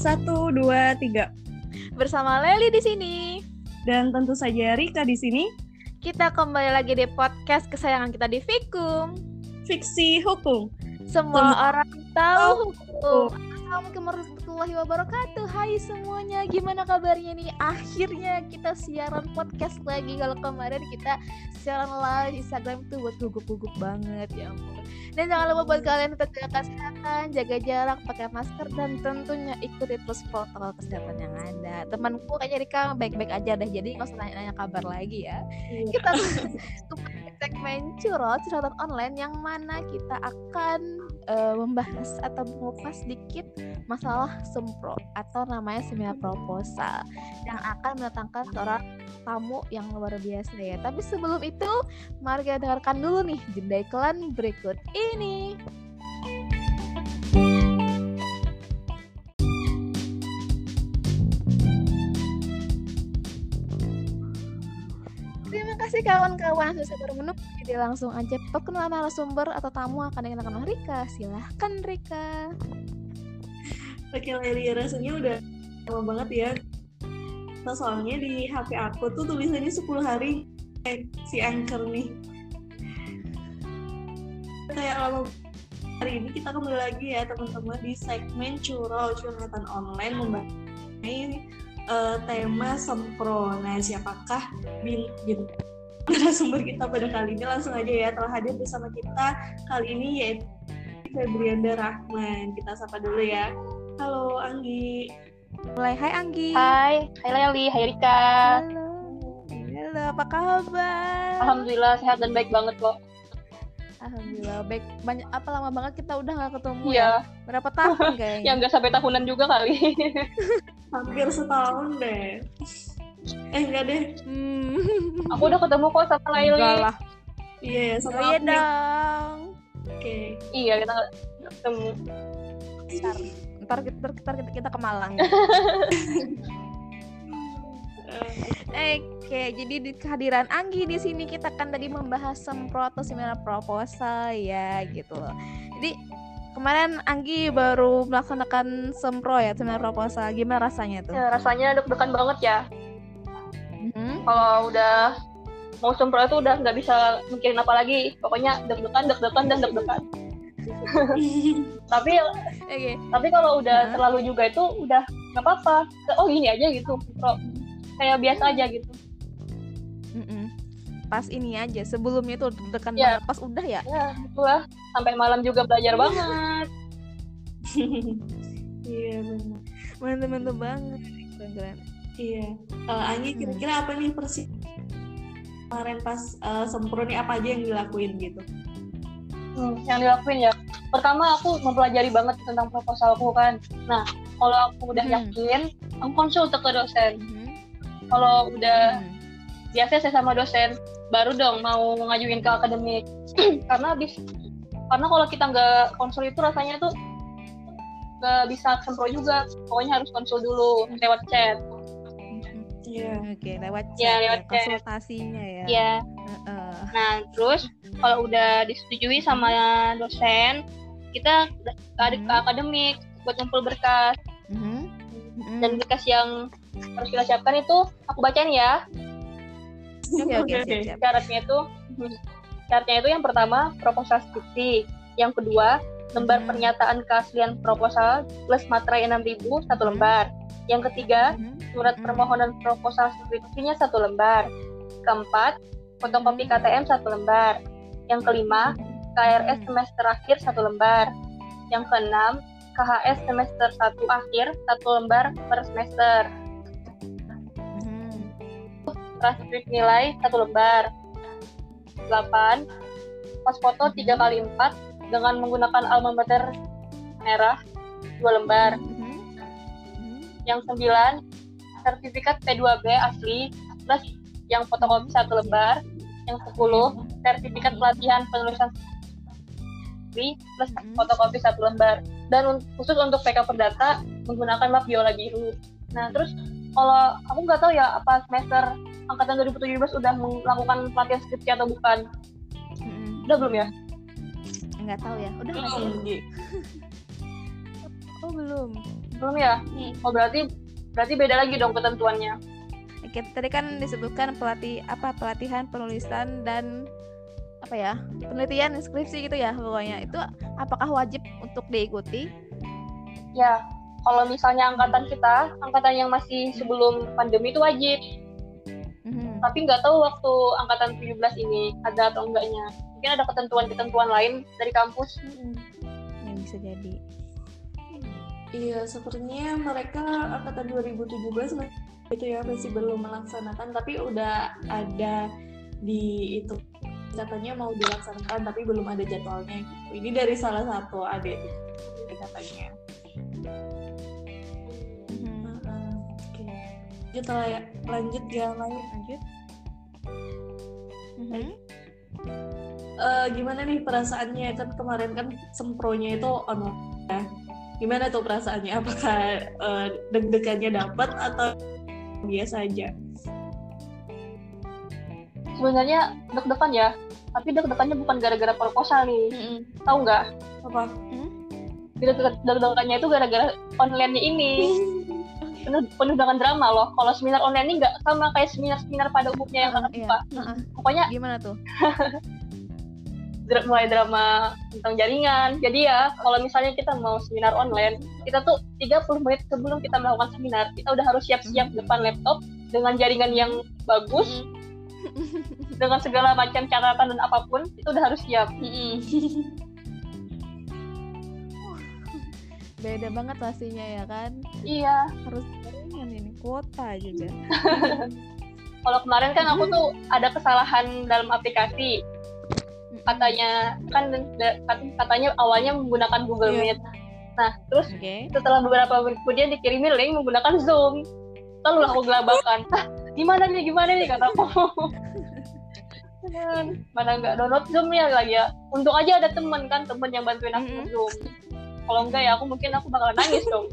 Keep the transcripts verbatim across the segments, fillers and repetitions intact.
Satu, dua, tiga. Bersama Leli di sini. Dan tentu saja Rika di sini. Kita kembali lagi di podcast kesayangan kita di Fikum. Fiksi hukum. Semua Semua orang tahu hukum. hukum. Assalamualaikum warahmatullahi wabarakatuh. Hai semuanya, gimana kabarnya nih? Akhirnya kita siaran podcast lagi. Kalau kemarin kita siaran live Instagram itu buat gugup-gugup banget, ya ampun. Dan jangan lupa buat kalian tetap jaga kesehatan, jaga jarak, pakai masker, dan tentunya ikuti terus protokol kesehatan yang ada. Temanku kayaknya Rika baik-baik aja deh, jadi nggak usah nanya-nanya kabar lagi ya. Iya. Kita kembali ke segmen curhat curhatan online yang mana kita akan uh, membahas atau mengupas sedikit masalah semprot atau namanya seminar proposal yang akan mendatangkan seorang tamu yang luar biasa ya. Tapi sebelum itu, mari kita dengarkan dulu nih jeda iklan berikut ini. Terima kasih kawan-kawan yang sudah sabar menunggu. Jadi langsung aja perkenalan narasumber atau tamu akan dikenalkan oleh Rika. Silahkan Rika. Oke Leli, rasanya udah lama banget ya. Nah, soalnya di H P aku tuh tulisannya sepuluh hari eh, si Anchor nih. Kayak lama. Hari ini kita kembali lagi ya teman-teman di segmen Curol Curhatan Online membahas uh, tema sempro. Nah, siapakah bin bin narasumber kita pada kali ini? Langsung aja ya, telah hadir bersama kita kali ini yaitu Febrianda Rahman. Kita sapa dulu ya. Halo Anggi. Mulai, hai Anggi. Hai, hai Leli, hai Rika. Halo. Halo, apa kabar? Alhamdulillah sehat dan baik banget kok. Alhamdulillah baik. Banyak apa lama banget kita udah nggak ketemu Iya. ya? Berapa tahun kayaknya? Ya nggak sampai tahunan juga kali. Hampir setahun deh. Eh enggak deh. Hmm. Aku udah ketemu kok sama Leli. Enggak lah. Iya ya, sama Oh iya aku nih. dong. Oke. Iya kita nggak ketemu. Ntar, ntar, ntar, ntar kita, kita ke Malang. Eh, Oke, jadi di kehadiran Anggi di sini kita kan tadi membahas semprot atau seminar proposal ya gitu loh. Jadi kemarin Anggi baru melaksanakan sempro ya, seminar proposal. Gimana rasanya tuh? Ya, rasanya deg-degan banget ya. Hmm? Kalau udah mau sempro itu udah nggak bisa mikirin apa lagi. Pokoknya deg-degan, deg-degan dan deg-degan. tapi Oke. tapi kalau udah Nah. terlalu juga itu udah nggak apa-apa. Oh gini aja gitu, sempro. Kayak biasa aja gitu. Mm-mm. Pas ini aja, sebelumnya tuh deg-degan Ya. banget. Pas udah ya. Ya itulah, sampai malam juga belajar banget. Iya benar. Mantep-mantep banget. Keren-keren. Iya. Uh, Anggi kira-kira apa nih persis kemarin pas uh, sempro nih apa aja yang dilakuin gitu? Hmm, yang dilakuin ya, pertama aku mempelajari banget tentang proposalku kan. Nah, kalau aku udah Hmm. yakin, aku konsul ke dosen. Mhm. Kalau udah Hmm. biasa saya sama dosen, baru dong mau ngajuin ke akademik. karena bis, karena kalau kita nggak konsul itu rasanya tuh nggak bisa sempro juga. Pokoknya harus konsul dulu lewat chat. Iya. Oke, lewat chat Ya, ya, lewat chat. konsultasinya ya. Ya. Heeh. Nah, terus kalau udah disetujui sama dosen, kita ke ad- Hmm. ke akademik buat ngumpul berkas. Mhm. Mhm. Dan berkas yang harus kita siapkan itu aku bacain ya. Oke, oke, Oke, siap, siap. Syaratnya itu syaratnya itu yang pertama proposal skripsi, yang kedua lembar Hmm. pernyataan keaslian proposal plus materai enam ribu satu lembar, yang ketiga Mhm. surat Hmm. permohonan proposal skripsinya satu lembar, keempat fotokopi K T M satu lembar, yang kelima K R S Hmm. semester akhir satu lembar, yang keenam K H S semester satu akhir satu lembar per semester, Mhm. transkrip nilai satu lembar. delapan pas foto tiga kali empat dengan menggunakan alma mater merah dua lembar. Mhm. Mhm. Yang sembilan sertifikat P dua B asli plus yang fotokopi satu lembar. Yang sepuluh sertifikat pelatihan penulisan skripsi plus Mhm. fotokopi satu lembar. Dan un- khusus untuk P K Perdata menggunakan map biola biru. Nah terus kalau aku nggak tahu ya apa semester angkatan dua ribu tujuh belas udah melakukan pelatihan skripsi atau bukan. Mhm. Udah belum ya? Nggak tahu ya, udah nggak sih? Anggi. Oh belum. Belum ya? Oh berarti berarti beda lagi dong ketentuannya. Oke, tadi kan disebutkan pelatih apa pelatihan penulisan dan apa ya penelitian skripsi gitu ya pokoknya. Itu apakah wajib untuk diikuti? Ya, kalau misalnya angkatan kita, angkatan yang masih sebelum pandemi itu wajib. Mm-hmm. Tapi nggak tahu waktu angkatan tujuh belas ini ada atau enggaknya. Mungkin ada ketentuan-ketentuan lain dari kampus. Yang bisa jadi. Iya, sepertinya mereka angkatan dua ribu tujuh belas itu ya masih belum melaksanakan, tapi udah ada di itu katanya mau dilaksanakan tapi belum ada jadwalnya gitu. Ini dari salah satu adik katanya. Mm-hmm. Uh, Oke, okay. Lanjut lah ya, lanjut ya lain lanjut. Mm-hmm. Uh, gimana nih perasaannya kan kemarin kan sempronya itu online ya. Gimana tuh perasaannya? Apakah uh, deg-degannya dapat atau biasa aja? Sebenarnya deg-degan ya, tapi deg-degannya bukan gara-gara proposal nih. Mm-hmm. Tahu nggak? Apa? Hmm? Deg-degannya itu gara-gara online-nya ini. penuh, penuh dengan drama loh. Kalau seminar online ini nggak sama kayak seminar-seminar pada umumnya yang uh, akan iya. buka. Uh-uh. Pokoknya gimana tuh? mulai drama tentang jaringan. Jadi ya, kalau misalnya kita mau seminar online, kita tuh tiga puluh menit sebelum kita melakukan seminar, kita udah harus siap-siap mm-hmm. depan laptop dengan jaringan yang bagus, mm-hmm. dengan segala macam catatan dan apapun, itu udah harus siap. Mm-hmm. Beda banget pastinya ya kan? Iya. Harus jaringan ini, kuota juga. Kalau kemarin kan aku tuh ada kesalahan dalam aplikasi. Katanya kan katanya awalnya menggunakan Google yeah. Meet. Nah, terus okay. setelah beberapa menit kemudian dikirimin link menggunakan Zoom. Lalu aku gelabakan. Ah, gimana nih, gimana nih kataku. Mana nggak download Zoom ya lagi ya. Untung aja ada teman kan, teman yang bantuin aku mm-hmm. Zoom. Kalau enggak ya aku mungkin aku bakalan nangis dong.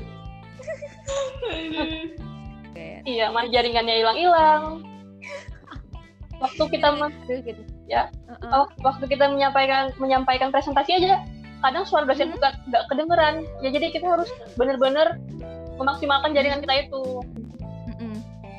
Iya, mana jaringannya hilang-hilang. Waktu kita gitu. Ya, uh-uh. waktu kita menyampaikan menyampaikan presentasi aja, kadang suara dosen juga hmm. nggak kedengeran. Ya jadi kita harus benar-benar memaksimalkan jaringan kita itu. Mm-mm.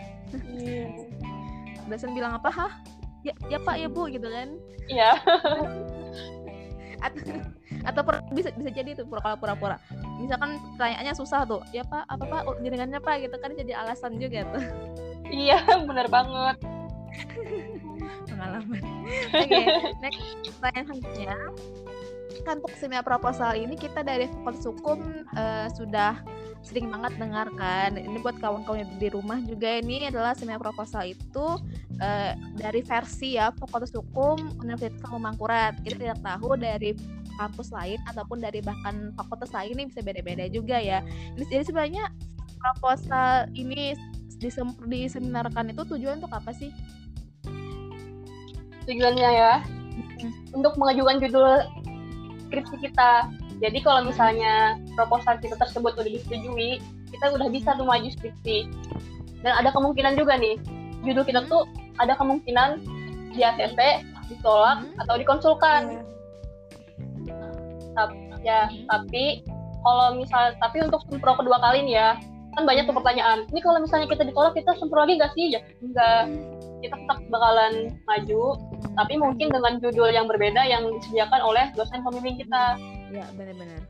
Dosen bilang apa? Hah? Ya, ya Pak, ya Bu, gitu kan? Iya. atau atau pura, bisa bisa jadi itu pura-pura. Misalkan pertanyaannya susah tuh, ya Pak, apa Pak? Jaringannya Pak, gitu kan jadi alasan juga tuh. Iya, benar banget. Pengalaman. Oke, okay, next pertanyaan selanjutnya. Kan untuk seminar proposal ini kita dari Fakultas Hukum uh, sudah sering banget dengarkan. Ini buat kawan-kawan di rumah juga, ini adalah seminar proposal itu uh, dari versi ya Fakultas Hukum Universitas Mangkurat. Kita tidak tahu dari kampus lain ataupun dari bahkan fakultas lain ini bisa beda-beda juga ya. Jadi sebenarnya proposal ini diseminarkan itu tujuan untuk apa sih? Tujuannya ya hmm. untuk mengajukan judul skripsi kita. Jadi kalau misalnya proposal kita tersebut udah disetujui, kita udah bisa tuh maju skripsi. Dan ada kemungkinan juga nih, judul kita tuh ada kemungkinan di A C C, ditolak hmm. atau dikonsulkan. Yeah. Tapi, ya, hmm. tapi kalau misal, tapi untuk sempro kedua kali nih ya, kan banyak tuh pertanyaan. Ini kalau misalnya kita ditolak, kita sempro lagi nggak sih? Ya, enggak. Kita tetap bakalan maju, tapi mungkin dengan judul yang berbeda yang disediakan oleh dosen pembimbing kita. Ya, benar-benar.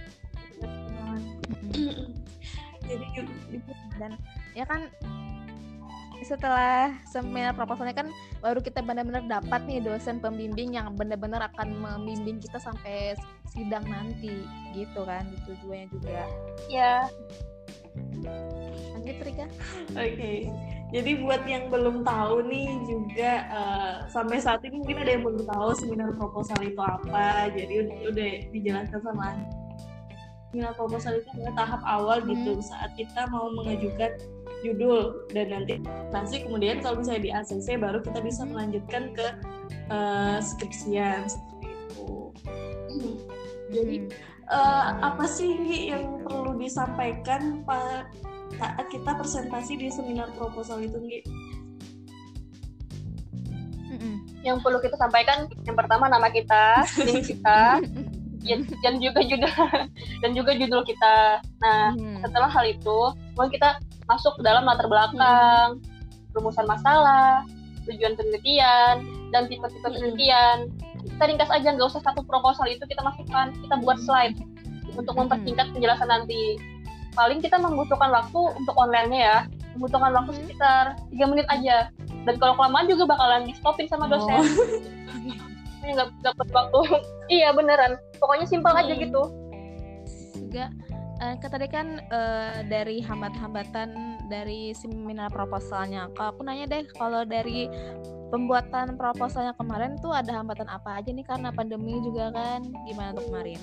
Jadi dan ya kan setelah seminar proposalnya kan baru kita benar-benar dapat nih dosen pembimbing yang benar-benar akan membimbing kita sampai sidang nanti, gitu kan, tujuannya juga. Ya. Lanjut Rika. Oke. Okay. Jadi buat yang belum tahu nih juga uh, sampai saat ini mungkin ada yang belum tahu seminar proposal itu apa. Jadi udah, udah dijelaskan sama seminar proposal itu adalah tahap awal hmm. gitu saat kita mau mengajukan judul dan nanti nanti kemudian kalau misalnya di A C C baru kita bisa melanjutkan ke uh, skripsian seperti itu. Hmm. Jadi uh, apa sih yang perlu disampaikan Pak saat kita presentasi di seminar proposal itu, Nggi? Yang perlu kita sampaikan yang pertama nama kita, tim kita, ya, dan juga judul dan juga judul kita. Nah, hmm. setelah hal itu, kemudian kita masuk ke dalam latar belakang, hmm. rumusan masalah, tujuan penelitian, dan tipe-tipe hmm. penelitian. Kita ringkas aja, nggak usah satu proposal itu kita masukkan, kita buat slide untuk mempersingkat penjelasan nanti. Paling kita membutuhkan waktu untuk online-nya ya, membutuhkan waktu sekitar tiga menit aja. Dan kalau kelamaan juga bakalan di-stopin sama dosen. Oh. Nggak dapat waktu. Iya beneran. Pokoknya simpel hmm. aja gitu. Juga uh, tadi kan uh, dari hambat-hambatan dari seminar proposalnya. Kalau aku nanya deh, kalau dari pembuatan proposalnya kemarin tuh ada hambatan apa aja nih karena pandemi juga kan? Gimana tuh kemarin?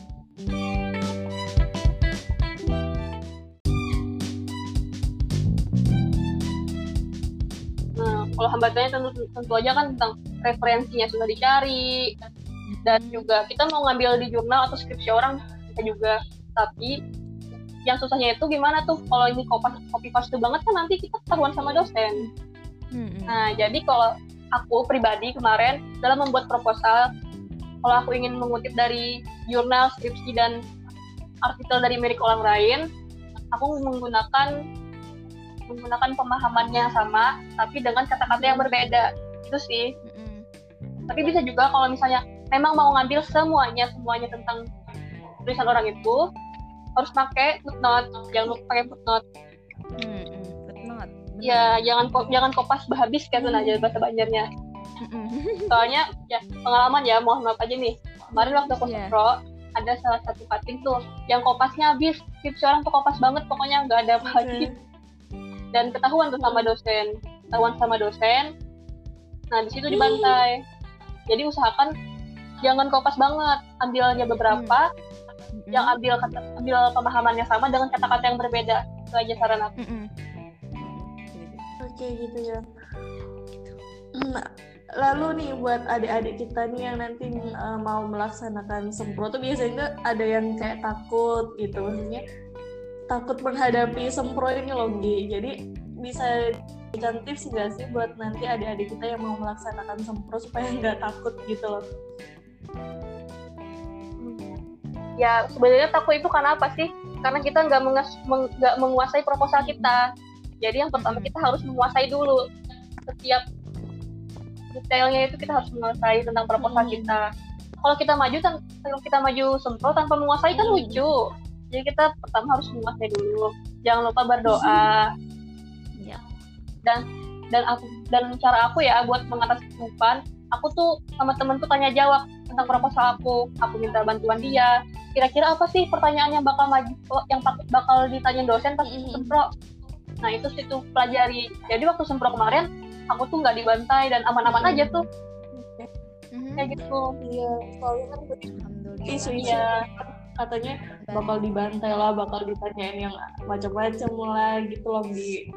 Nah, kalau hambatannya tentu, tentu aja kan tentang referensinya sudah dicari, dan juga kita mau ngambil di jurnal atau skripsi orang bisa juga, tapi yang susahnya itu gimana tuh kalau ini copy paste banget kan nanti kita ketahuan sama dosen. Mm-hmm. Nah jadi kalau aku pribadi kemarin dalam membuat proposal, kalau aku ingin mengutip dari jurnal, skripsi, dan artikel dari milik orang lain, aku menggunakan menggunakan pemahamannya yang sama, tapi dengan kata-kata yang berbeda. Itu sih. Mm-hmm. Tapi bisa juga kalau misalnya memang mau ngambil semuanya, semuanya tentang tulisan orang itu, harus pakai footnote. Jangan lupa pakai footnote. Mm-hmm. Footnote. Ya, jangan jangan kopas habis kayak mm-hmm. aja bahasa Banjarnya. Mm-hmm. Soalnya ya pengalaman ya, mohon maaf aja nih. Kemarin waktu aku yeah. sempro, ada salah satu cutting tuh yang kopasnya habis. Skripsi orang tuh kopas banget, pokoknya nggak ada apa lagi. Okay. Dan ketahuan tuh sama dosen, ketahuan sama dosen. Nah di situ dibantai. Jadi usahakan jangan kopas banget, ambilnya beberapa, mm-hmm. yang ambil kata, ambil pemahamannya sama dengan kata-kata yang berbeda. Itu aja saran aku. Mm-hmm. Oke gitu ya. Nah, lalu nih buat adik-adik kita nih yang nanti uh, mau melaksanakan sempro tuh biasanya ada yang kayak takut gitu, maksudnya takut menghadapi sempro ini loh Gi. Jadi bisa berikan tips nggak sih buat nanti adik-adik kita yang mau melaksanakan sempro supaya nggak takut gitu loh? Ya sebenarnya takut itu karena apa sih? Karena kita nggak mengas- meng- nggak menguasai proposal kita. Jadi yang pertama kita harus menguasai dulu setiap detailnya, itu kita harus menguasai tentang proposal hmm. kita. Kalau kita maju tan- kalau kita maju sempro tanpa menguasai kan lucu. Jadi kita pertama harus menguasai dulu. Jangan lupa berdoa. Ya. Dan dan aku dan cara aku ya buat mengatasi kesulitan, aku tuh sama temenku tanya jawab tentang proposal aku. Aku minta bantuan dia. Kira-kira apa sih pertanyaan yang bakal maju, yang bakal ditanya dosen pas mm-hmm. sempro. Nah itu situ pelajari. Jadi waktu sempro kemarin, aku tuh nggak dibantai dan aman-aman mm-hmm. aja tuh. Mm-hmm. Kayak gitu. Iya. Soalnya kan isu-isu. Iya. Katanya bakal dibantai lah, bakal ditanyain yang macam-macam lah gitu loh Bi.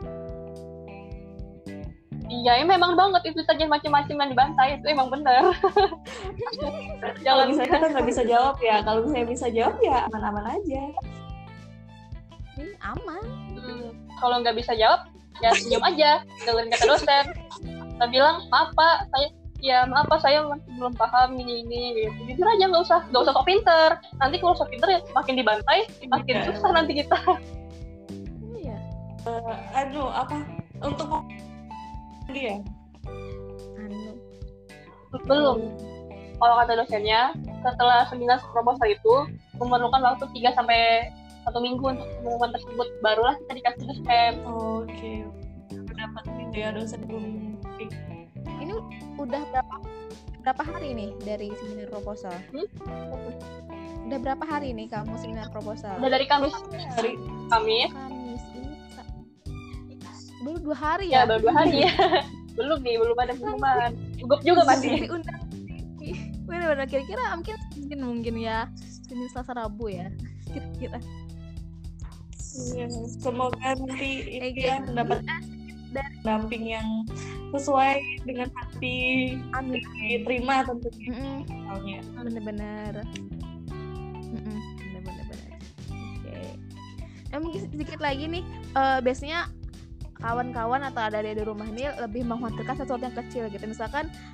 Iya, ya memang banget itu ditanyain macam-macam yang dibantai, itu emang bener. Jangan misalnya kita nggak bisa jawab ya, kalau misalnya bisa jawab ya aman-aman aja. Hmm, aman. Hmm, kalau nggak bisa jawab ya senyum aja, dengerin kata dosen. Dan bilang maaf Pak, saya ya maaf Pak, saya masih belum paham ini ini gitu. Jujur aja, nggak usah nggak usah sok pinter. Nanti kalau sok pinter ya makin dibantai, makin yeah. susah nanti kita. Iya. Uh, aduh apa untuk dia? Anu. Belum. Kalau kata dosennya, setelah seminar proposal itu memerlukan waktu tiga sampai satu minggu untuk pengumuman tersebut, barulah kita dikasih dosen. Oh, oke. Okay. Dapat gitu ya dosen belum. Ini udah berapa berapa hari nih dari seminar proposal? Hmm? Udah berapa hari nih kamu seminar proposal? Udah dari Kamis. Hari Kamis. Kamis ini baru dua hari ya? Ya, baru dua hari ya. belum nih, belum ada pengumuman. Gugup juga pasti. Bener-bener kira-kira mungkin mungkin mungkin ya Senin Selasa Rabu ya kira-kira. Iya, semoga nanti ini ya mendapat pendamping yang sesuai dengan hati, amin, diterima tentunya. Mm-hmm. Bener-bener, Mm-mm. bener-bener. Oke. Okay. Nah, mungkin sedikit lagi nih, uh, biasanya kawan-kawan atau ada di rumah ini lebih mengkhawatirkan sesuatu yang kecil gitu. Misalkan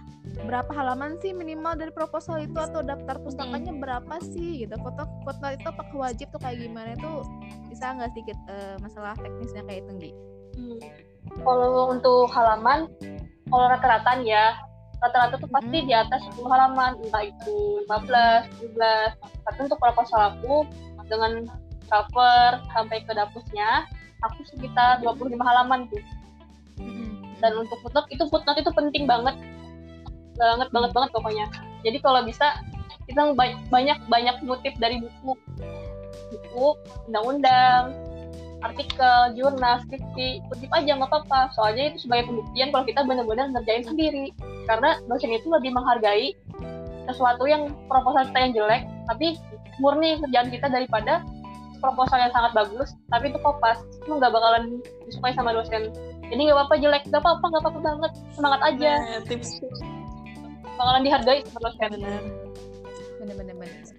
berapa halaman sih minimal dari proposal itu, atau daftar pustakanya berapa sih gitu. Foto-foto itu apakah wajib tuh kayak gimana itu, bisa nggak sedikit uh, masalah teknisnya kayak itu Nggi? Hmm. Kalau untuk halaman, kalau rata-rata ya, rata-rata tuh pasti mm-hmm. di atas sepuluh halaman, entah itu lima belas, tujuh belas. Tapi untuk proposal aku dengan cover sampai ke dapusnya, aku sekitar dua puluh lima halaman tuh. Mm-hmm. Dan untuk footnote itu footnote itu penting banget, banget banget banget pokoknya. Jadi kalau bisa kita banyak banyak ngutip dari buku, buku, undang-undang, artikel, jurnal, skripsi, kutip aja nggak apa-apa. Soalnya itu sebagai pembuktian kalau kita benar-benar ngerjain sendiri. Karena dosen itu lebih menghargai sesuatu yang proposal kita yang jelek, tapi murni kerjaan kita daripada proposal yang sangat bagus, tapi itu kopas. Itu nggak bakalan disukai sama dosen. Jadi nggak apa-apa jelek, nggak apa-apa, nggak apa-apa banget. Semangat aja. Nah, tips. Bakalan dihargai sama dosen. Benar. Benar-benar.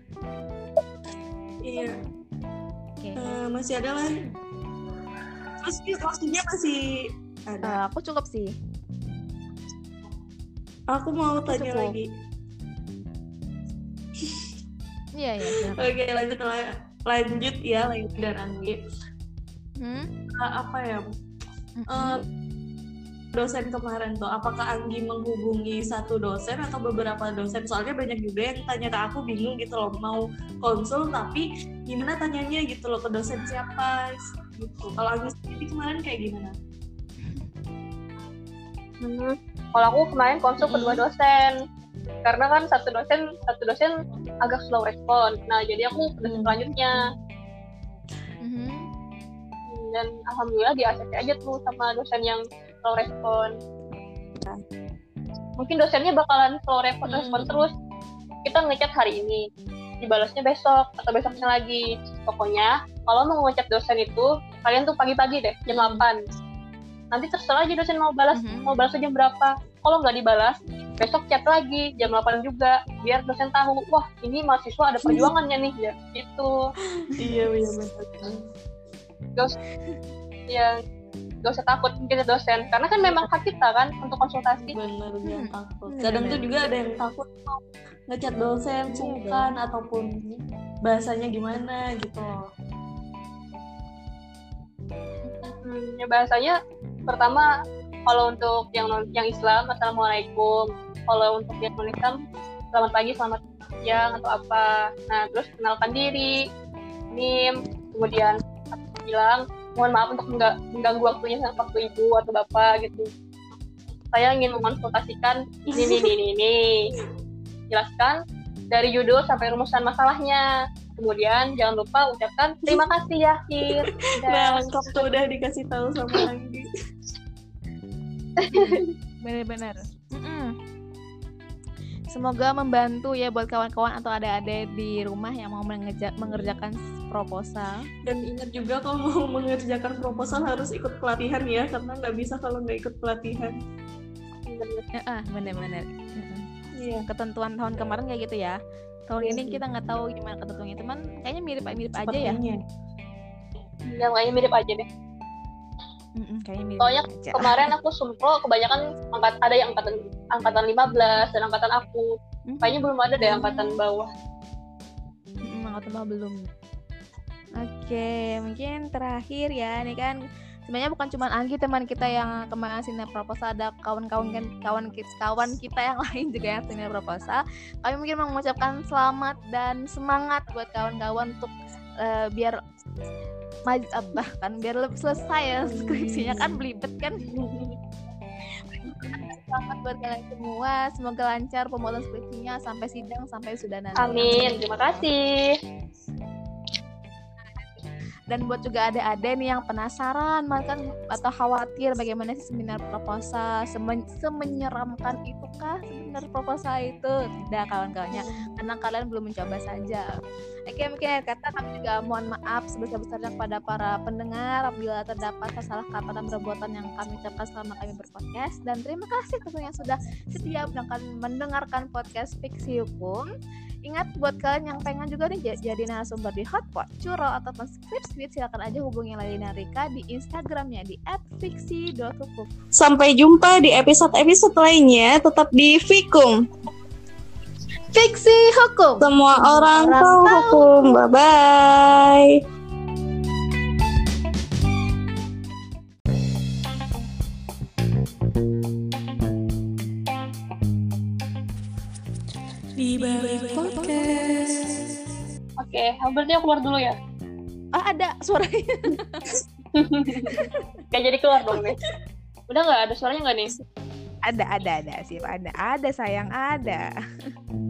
Iya. Oke. Okay. Uh, masih ada lah. Terus maksudnya masih ada. Uh, aku cukup sih. Aku mau aku tanya cukup. lagi. Iya iya. Oke lanjut lanjut ya lanjut dan Anggi. Hmm? Uh, apa ya? Uh, dosen kemarin tuh, apakah Anggi menghubungi satu dosen atau beberapa dosen? Soalnya banyak juga yang tanya ke aku, bingung gitu loh, mau konsul tapi gimana tanyanya gitu loh, ke dosen siapa gitu. Kalau Anggi sendiri kemarin kayak gimana? Hmm, kalau aku kemarin konsul hmm. kedua dosen, karena kan satu dosen satu dosen agak slow respon. Nah jadi aku ke dosen hmm. selanjutnya. Hmm. Dan alhamdulillah di A C C aja tuh sama dosen yang slow respon. Nah, mungkin dosennya bakalan slow respon, hmm. respon terus. Kita ngechat hari ini, dibalasnya besok atau besoknya lagi. Pokoknya kalau mau ngechat dosen itu kalian tuh pagi-pagi deh jam delapan. Nanti terserah aja dosen mau balas, hmm. mau balas jam berapa. Kalau nggak dibalas, besok chat lagi jam delapan juga, biar dosen tahu, wah ini mahasiswa ada perjuangannya nih, ya gitu. Iya iya benar. Gak usah, ya gak usah takut mungkin dosen, karena kan memang hak kita kan untuk konsultasi. Bener, jangan hmm. takut. Kadang tuh juga ada yang takut ngechat dosen, sungkan ataupun bahasanya gimana gitu loh. Hmm, ya bahasanya pertama kalau untuk yang yang Islam assalamualaikum, kalau untuk yang non Islam selamat pagi, selamat siang atau apa. Nah terus kenalkan diri, nim, kemudian bilang mohon maaf untuk mengganggu waktunya waktu ibu atau bapak gitu. Saya ingin mengonsultasikan ini ini ini ini. Jelaskan dari judul sampai rumusan masalahnya. Kemudian jangan lupa ucapkan terima kasih ya, Kir. Nah, lengkap tuh udah dikasih tahu sama Anggi. Benar-benar. Semoga membantu ya buat kawan-kawan atau adik-adik di rumah yang mau mengeja- mengerjakan proposal. Dan ingat juga kalau mau mengerjakan proposal harus ikut pelatihan ya, karena nggak bisa kalau nggak ikut pelatihan. Ah, benar-benar. Iya. Ketentuan tahun kemarin kayak gitu ya. Tahun ini kita nggak tahu gimana ketentuannya, teman. Kayaknya mirip-mirip aja ya. Ya, kayaknya mirip aja deh. Mm-mm, kayaknya mirip soalnya aja. Kemarin aku sumpro kebanyakan angkat ada yang angkatan angkatan lima belas dan angkatan aku. Mm-hmm. Kayaknya belum ada deh angkatan bawah. Mm-hmm, angkatan bawah belum. Oke, mungkin terakhir ya, ini kan sebenarnya bukan cuma Anggi teman kita yang kemarin sini proposal, ada kawan-kawan kan kawan kita kawan kita yang lain juga yang sini proposal. Kami mungkin mengucapkan selamat dan semangat buat kawan-kawan untuk uh, biar maju abah kan biar lebih selesai ya skripsinya kan belibet kan. Selamat buat kalian semua, semoga lancar pembuatan skripsinya sampai sidang sampai sudah nanti. Amin, terima kasih. Dan buat juga adik-adik nih yang penasaran makan atau khawatir bagaimana sih seminar proposal, Semen- semenyeramkan itukah seminar proposal itu? Tidak kawan-kawannya, karena kalian belum mencoba saja. Oke, mungkin akhir kata kami juga mohon maaf sebesar-besarnya kepada para pendengar apabila terdapat salah kata dan perbuatan yang kami ucapkan selama kami berpodcast. Dan terima kasih tentunya sudah setia mendengarkan podcast Fiksi Hukum Ingat buat kalian yang pengen juga nih j- jadi narasumber di Hotpot, Curol ataupun Script Sweet, silakan aja hubungi Ladina Rika di Instagramnya di at fiksi dot hukum. Sampai jumpa di episode-episode lainnya, tetap di Fikum. Fiksi Hukum. Semua orang, Orang tahu tahu. hukum. Bye-bye. Di balik podcast. Oke, berarti aku keluar dulu ya. Ah, ada suaranya. Gak jadi keluar dong nih. Udah nggak ada suaranya nggak nih? Ada, ada, ada sih. Ada, ada sayang, ada.